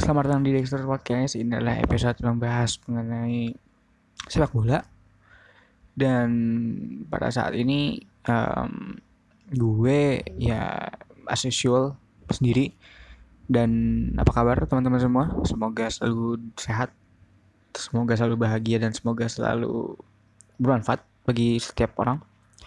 Selamat datang di Dexter Podcast. Ini adalah episode membahas mengenai sepak bola. Dan pada saat ini gue ya as usual sendiri. Dan apa kabar teman-teman semua? Semoga selalu sehat, semoga selalu bahagia, dan semoga selalu bermanfaat bagi setiap orang.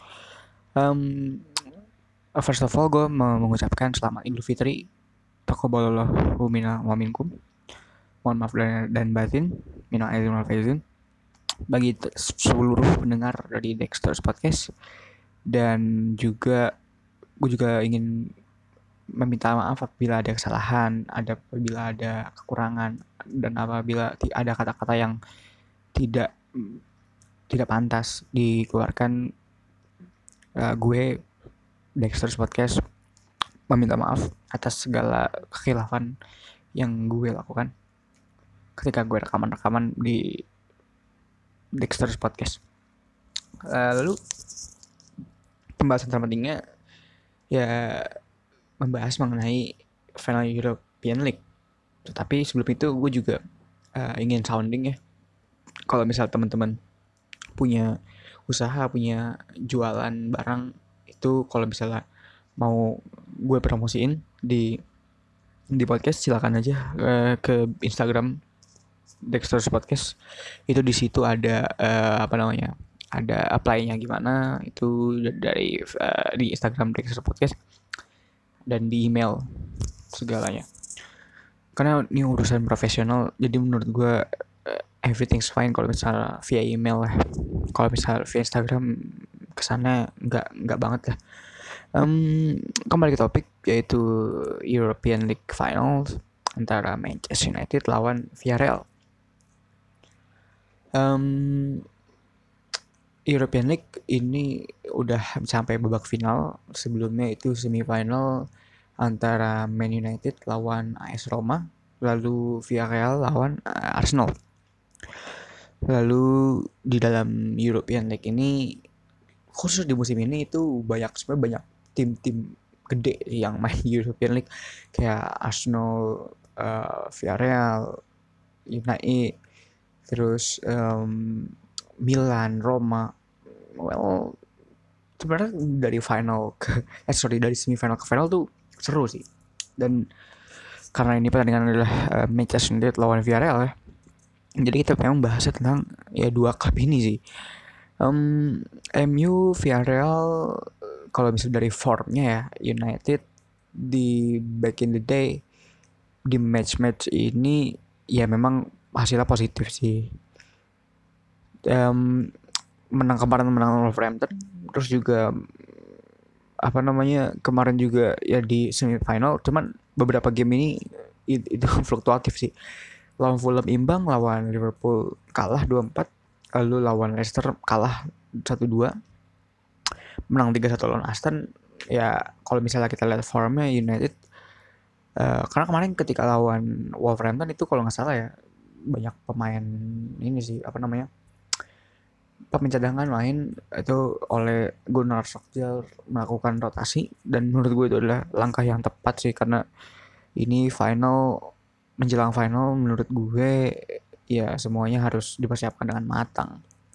First of all, gue mau mengucapkan selamat Idul Fitri. Taqabbalallahu minna wa minkum. Mohon maaf dan batin, minal aidin wal faizin, bagi seluruh pendengar dari Dexter's Podcast. Dan juga gue juga ingin meminta maaf apabila ada kesalahan, apabila ada kekurangan, dan apabila ada kata-kata yang tidak pantas dikeluarkan. Gue Dexter's Podcast meminta maaf atas segala kekhilafan yang gue lakukan ketika gue rekaman di Dexter's Podcast. Lalu pembahasan terpentingnya ya membahas mengenai final European League. Tetapi sebelum itu gue juga ingin sounding ya. Kalau misal teman-teman punya usaha, punya jualan barang, itu kalau misalnya mau gue promosiin di podcast, silakan aja ke Instagram Dexter's Podcast. Itu di situ ada ada apply-nya gimana, itu dari di Instagram Dexter's Podcast dan di email segalanya. Karena ini urusan profesional, jadi menurut gue everything's fine kalau misalnya via email lah. Kalau misalnya via Instagram kesana nggak banget lah. Kembali ke topik, yaitu European League Finals antara Manchester United lawan Villarreal. European League ini udah sampai babak final. Sebelumnya itu semifinal antara Man United lawan AS Roma, lalu Villarreal lawan Arsenal. Lalu di dalam European League ini, khusus di musim ini itu sebenarnya banyak tim-tim gede yang main di European League, kayak Arsenal, Villarreal, United, terus Milan, Roma. Well, sebenarnya dari dari semifinal ke final tuh seru sih. Dan karena ini pertandingan adalah Manchester United lawan Villarreal ya, jadi kita memang bahasnya tentang ya dua klub ini sih. MU, Villarreal, kalau misalnya dari formnya ya, United di back in the day di match ini ya memang hasilnya positif sih. Menang Wolverhampton, terus juga kemarin juga ya di semifinal. Cuman beberapa game ini itu fluktuatif sih. Lawan Fulham imbang, lawan Liverpool kalah 2-4, lalu lawan Leicester kalah 1-2, menang 3-1 lawan Aston. Ya kalau misalnya kita lihat formnya United, karena kemarin ketika lawan Wolverhampton itu kalau nggak salah ya banyak pemain ini sih pemain cadangan main itu oleh Gunnar Solskjaer melakukan rotasi, dan menurut gue itu adalah langkah yang tepat sih, karena ini menjelang final menurut gue ya semuanya harus dipersiapkan dengan matang.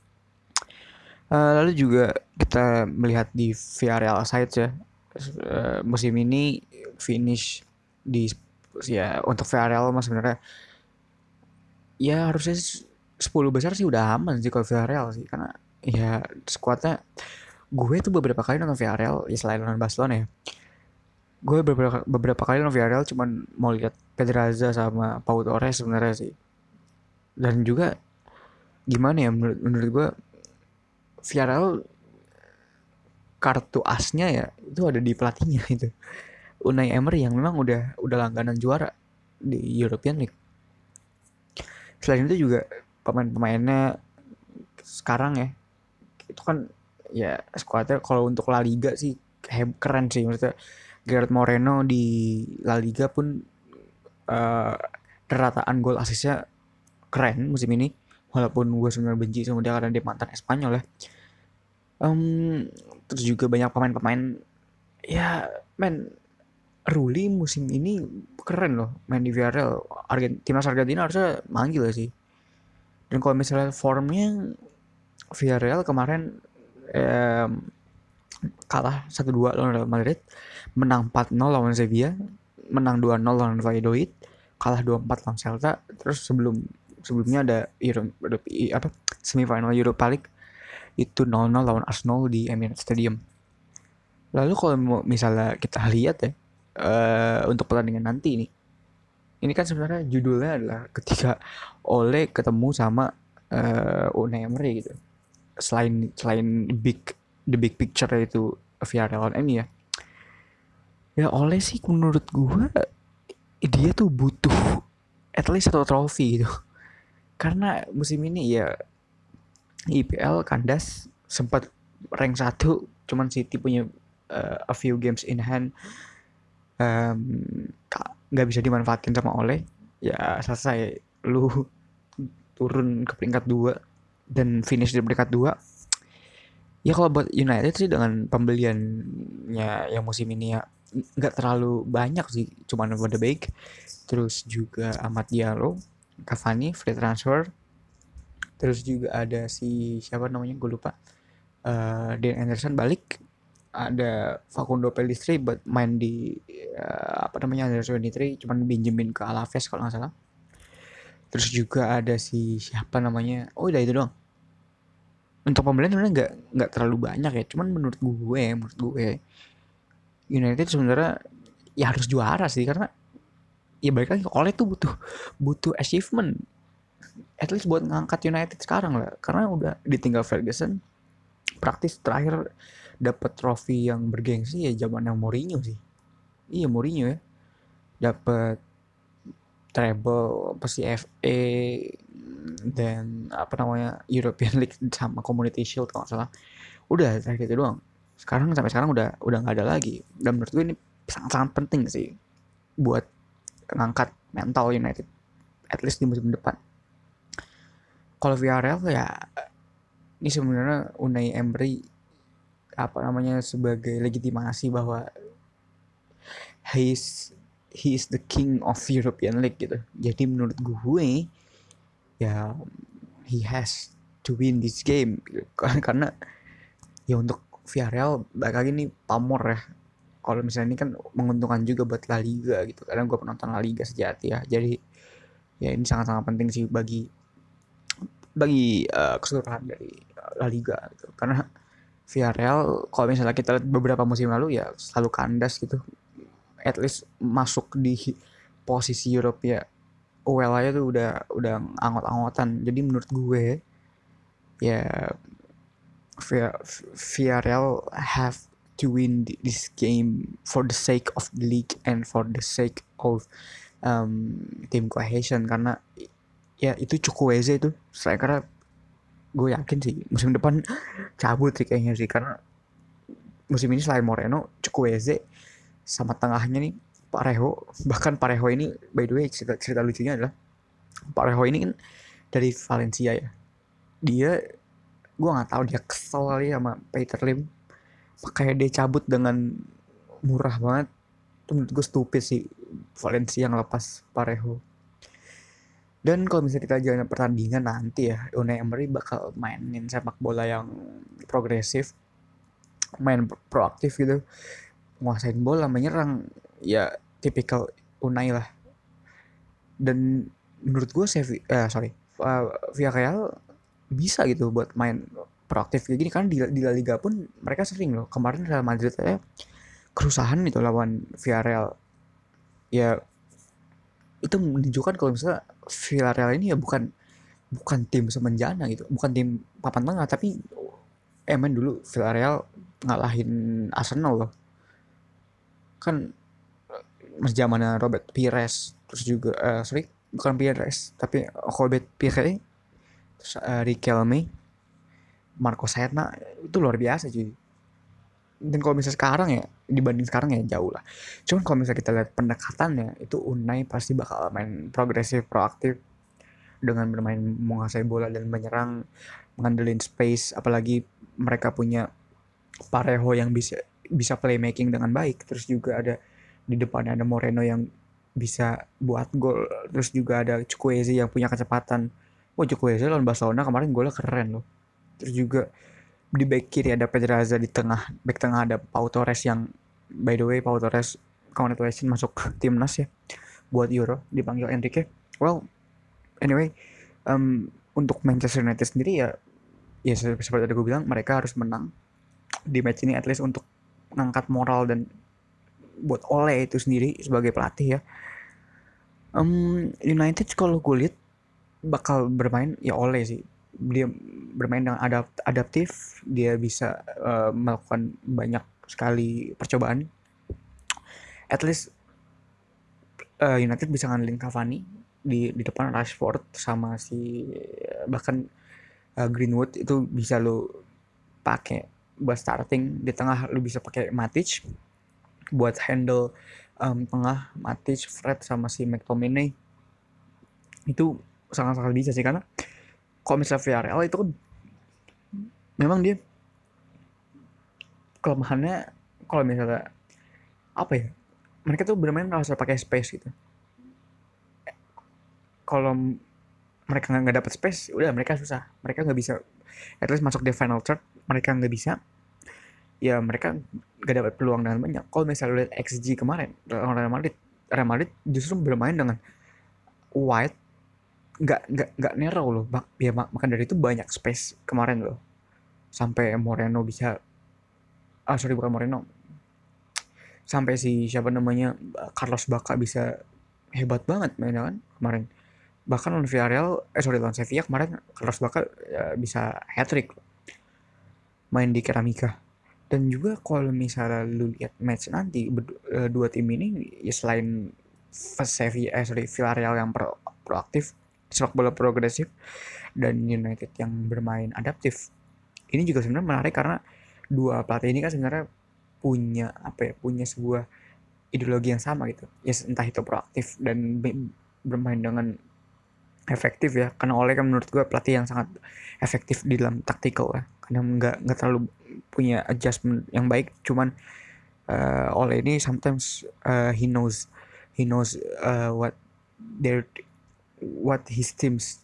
Lalu juga kita melihat di Villarreal side ya, musim ini finish di ya untuk Villarreal mas sebenarnya ya harusnya 10 besar sih udah aman sih kalau Villarreal sih, karena ya skuadnya, gue tuh beberapa kali nonton Villarreal ya selain nonton Barcelona ya, gue beberapa kali nonton Villarreal cuman mau lihat Pedraza sama Pau Torres sebenarnya sih. Dan juga gimana ya, menurut gue Villarreal kartu asnya ya itu ada di pelatihnya itu, Unai Emery, yang memang udah langganan juara di European League. Selain itu juga pemain-pemainnya sekarang ya itu kan ya skuadnya kalau untuk La Liga sih keren sih. Maksudnya Gerard Moreno di La Liga pun rataan gol asisnya keren musim ini, walaupun gue sebenarnya benci sama dia karena dia mantan Espanyol ya. Terus juga banyak pemain-pemain ya men, Ruli musim ini keren loh main di Villarreal. Timnas Argentina harusnya manggil sih. Dan kalau misalnya formnya Villarreal kemarin kalah 1-2 lawan Real Madrid, menang 4-0 lawan Sevilla, menang 2-0 lawan Valladolid, kalah 2-4 lawan Celta, terus sebelumnya ada semifinal Europa League itu 0-0 lawan Arsenal di Emirates Stadium. Lalu kalau misalnya kita lihat ya untuk pertandingan nanti ini kan sebenarnya judulnya adalah ketika Ole ketemu sama Unai Emery gitu. Selain the big picture itu Villarreal lawan MU ya. Ya Ole sih menurut gua dia tuh butuh at least satu trofi gitu. Karena musim ini ya IPL kandas, sempat rank 1, cuman City punya a few games in hand, nggak bisa dimanfaatin sama Ole. Ya selesai, lu turun ke peringkat 2 dan finish di peringkat 2. Ya kalau buat United sih dengan pembeliannya yang musim ini ya nggak terlalu banyak sih, cuman Van de Beek, terus juga Amad Diallo, Cavani free transfer, terus juga ada si siapa namanya gue lupa, Dean Anderson balik, ada Facundo Pellistri buat main di apa namanya Under 23, cuman pinjemin ke Alaves kalau nggak salah. Terus juga ada si siapa namanya, oh udah itu doang. Untuk pembelian sebenarnya nggak terlalu banyak ya, cuman menurut gue United sebenarnya ya harus juara sih, karena ya balik lagi Ole tuh butuh achievement at least buat ngangkat United sekarang lah, karena udah ditinggal Ferguson. Praktis terakhir dapat trofi yang bergengsi ya zaman yang Mourinho sih. Iya Mourinho ya, dapat treble pasti FA dan apa namanya European League sama Community Shield kalau nggak salah. Udah terakhir itu doang. Sampai sekarang udah nggak ada lagi. Dan menurut gue ini sangat-sangat penting sih buat ngangkat mental United at least di musim depan. Kalau Villarreal ya ini sebenarnya Unai Emery apa namanya sebagai legitimasi bahwa he is the king of European League gitu. Jadi menurut gue ya he has to win this game gitu. Karena ya untuk Villarreal balik lagi nih pamor ya. Kalau misalnya ini kan menguntungkan juga buat La Liga gitu. Karena gue penonton La Liga sejati ya. Jadi ya ini sangat-sangat penting sih bagi keseluruhan dari La Liga gitu. Karena Villarreal kalau misalnya kita lihat beberapa musim lalu ya selalu kandas gitu. At least masuk di posisi Eropa ya well aja tuh udah angot-angotan. Jadi menurut gue ya Villarreal have to win this game for the sake of the league and for the sake of team cohesion, karena ya itu Chukwueze itu karena gue yakin sih musim depan cabut sih kayaknya sih, karena musim ini selain Moreno, Chukwueze sama tengahnya nih Parejo. Bahkan Parejo ini by the way cerita lucunya adalah Parejo ini kan dari Valencia ya, dia gue nggak tahu dia kesel kali sama Peter Lim, makanya dia cabut dengan murah banget. Itu menurut gue stupid sih Valencia yang lepas Parejo. Dan kalau misalnya kita jalan pertandingan nanti ya, Unai Emery bakal mainin sepak bola yang progresif, main proaktif gitu, nguasain bola, menyerang, ya tipikal Unai lah. Dan menurut gue Villarreal bisa gitu buat main proaktif kayak gini, kan di La Liga pun mereka sering loh. Kemarin Real Madrid aja kerusahan itu lawan Villarreal. Ya itu menunjukkan kalau misalnya Villarreal ini ya bukan tim semenjana gitu, bukan tim papan tengah, tapi main dulu Villarreal ngalahin Arsenal loh. Kan zamannya Robert Pires, terus juga bukan Pires tapi Robert Pires, terus Riquelme, Marco Serna, itu luar biasa cuy. Dan kalau misalnya sekarang ya dibanding sekarang ya jauh lah. Cuman kalau misalnya kita lihat pendekatannya itu Unai pasti bakal main progresif, proaktif dengan bermain menguasai bola dan menyerang, mengandelin space, apalagi mereka punya Parejo yang bisa playmaking dengan baik. Terus juga ada Di depannya ada Moreno yang bisa buat gol, terus juga ada Chukwueze yang punya kecepatan. Wah, Chukwueze lawan Barcelona kemarin golnya keren loh. Terus juga di back kiri ada Pedraza, di tengah back tengah ada Pau Torres yang by the way Pau Torres congratulations masuk timnas ya buat Euro, dipanggil Enrique. Well, anyway, untuk Manchester United sendiri ya seperti tadi gue bilang, mereka harus menang di match ini at least untuk mengangkat moral dan buat Ole itu sendiri sebagai pelatih ya. United kalau gue lihat bakal bermain ya Ole sih. Dia bermain dengan adaptif, dia bisa melakukan banyak sekali percobaan. At least United bisa ngandelin Cavani di depan Rashford sama si bahkan Greenwood itu bisa lo pakai buat starting. Di tengah lo bisa pakai Matic buat handle tengah, Matic, Fred sama si McTominay. Itu sangat-sangat bisa sih, karena kalau misalnya Villarreal itu kan memang dia kelemahannya kalau misalnya apa ya, mereka tuh bermain harus pakai space gitu. Kalau mereka nggak dapat space, udah mereka susah, mereka nggak bisa at least masuk di final third. Mereka nggak bisa, ya mereka nggak dapat peluang dengan banyak. Kalau misalnya lihat XG kemarin Real Madrid justru bermain dengan wide, nggak narrow loh. Ya maka dari itu banyak space kemarin loh, sampai Moreno bisa bukan Moreno, sampai si siapa namanya Carlos Bacca bisa hebat banget mainnya kan kemarin. Bahkan lawan Villarreal lawan Sevilla kemarin Carlos Bacca bisa hat-trick main di Keramika. Dan juga kalau misalnya lu lihat match nanti dua tim ini ya, selain Villarreal yang proaktif, sepak bola progresif, dan United yang bermain adaptif, ini juga sebenarnya menarik karena dua pelatih ini kan sebenarnya punya sebuah ideologi yang sama gitu ya, entah itu proaktif dan bermain dengan efektif ya. Karena Ole kan menurut gue pelatih yang sangat efektif di dalam taktikal ya, karena nggak terlalu punya adjustment yang baik. Cuman Ole ini sometimes he knows what his teams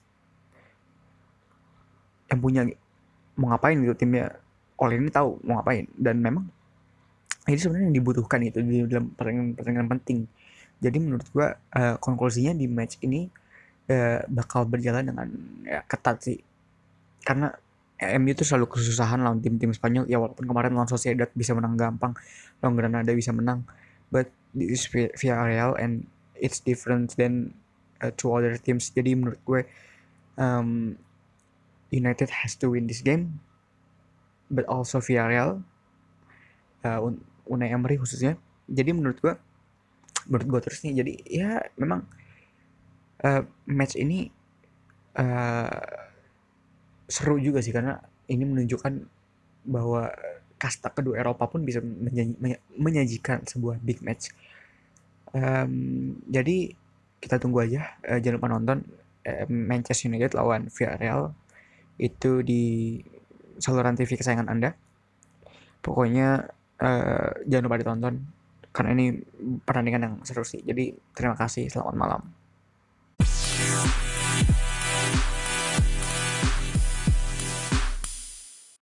yang punya mau ngapain gitu timnya. Ole ini tahu mau ngapain, dan memang ini sebenarnya yang dibutuhkan itu di dalam pertandingan penting. Jadi menurut gua konklusinya di match ini bakal berjalan dengan ketat sih, karena MU itu selalu kesusahan lawan tim-tim Spanyol ya. Walaupun kemarin lawan Sociedad bisa menang gampang, lawan Granada bisa menang, but this is Villarreal and it's different than two other teams. Jadi menurut gue United has to win this game, but also Villarreal, Unai Emery khususnya. Jadi menurut gue terus nih. Jadi ya memang match ini seru juga sih, karena ini menunjukkan bahwa kasta kedua Eropa pun bisa menyajikan sebuah big match. Jadi kita tunggu aja, jangan lupa nonton Manchester United lawan Villarreal itu di saluran TV kesayangan Anda. Pokoknya jangan lupa ditonton karena ini pertandingan yang seru sih. Jadi terima kasih, selamat malam.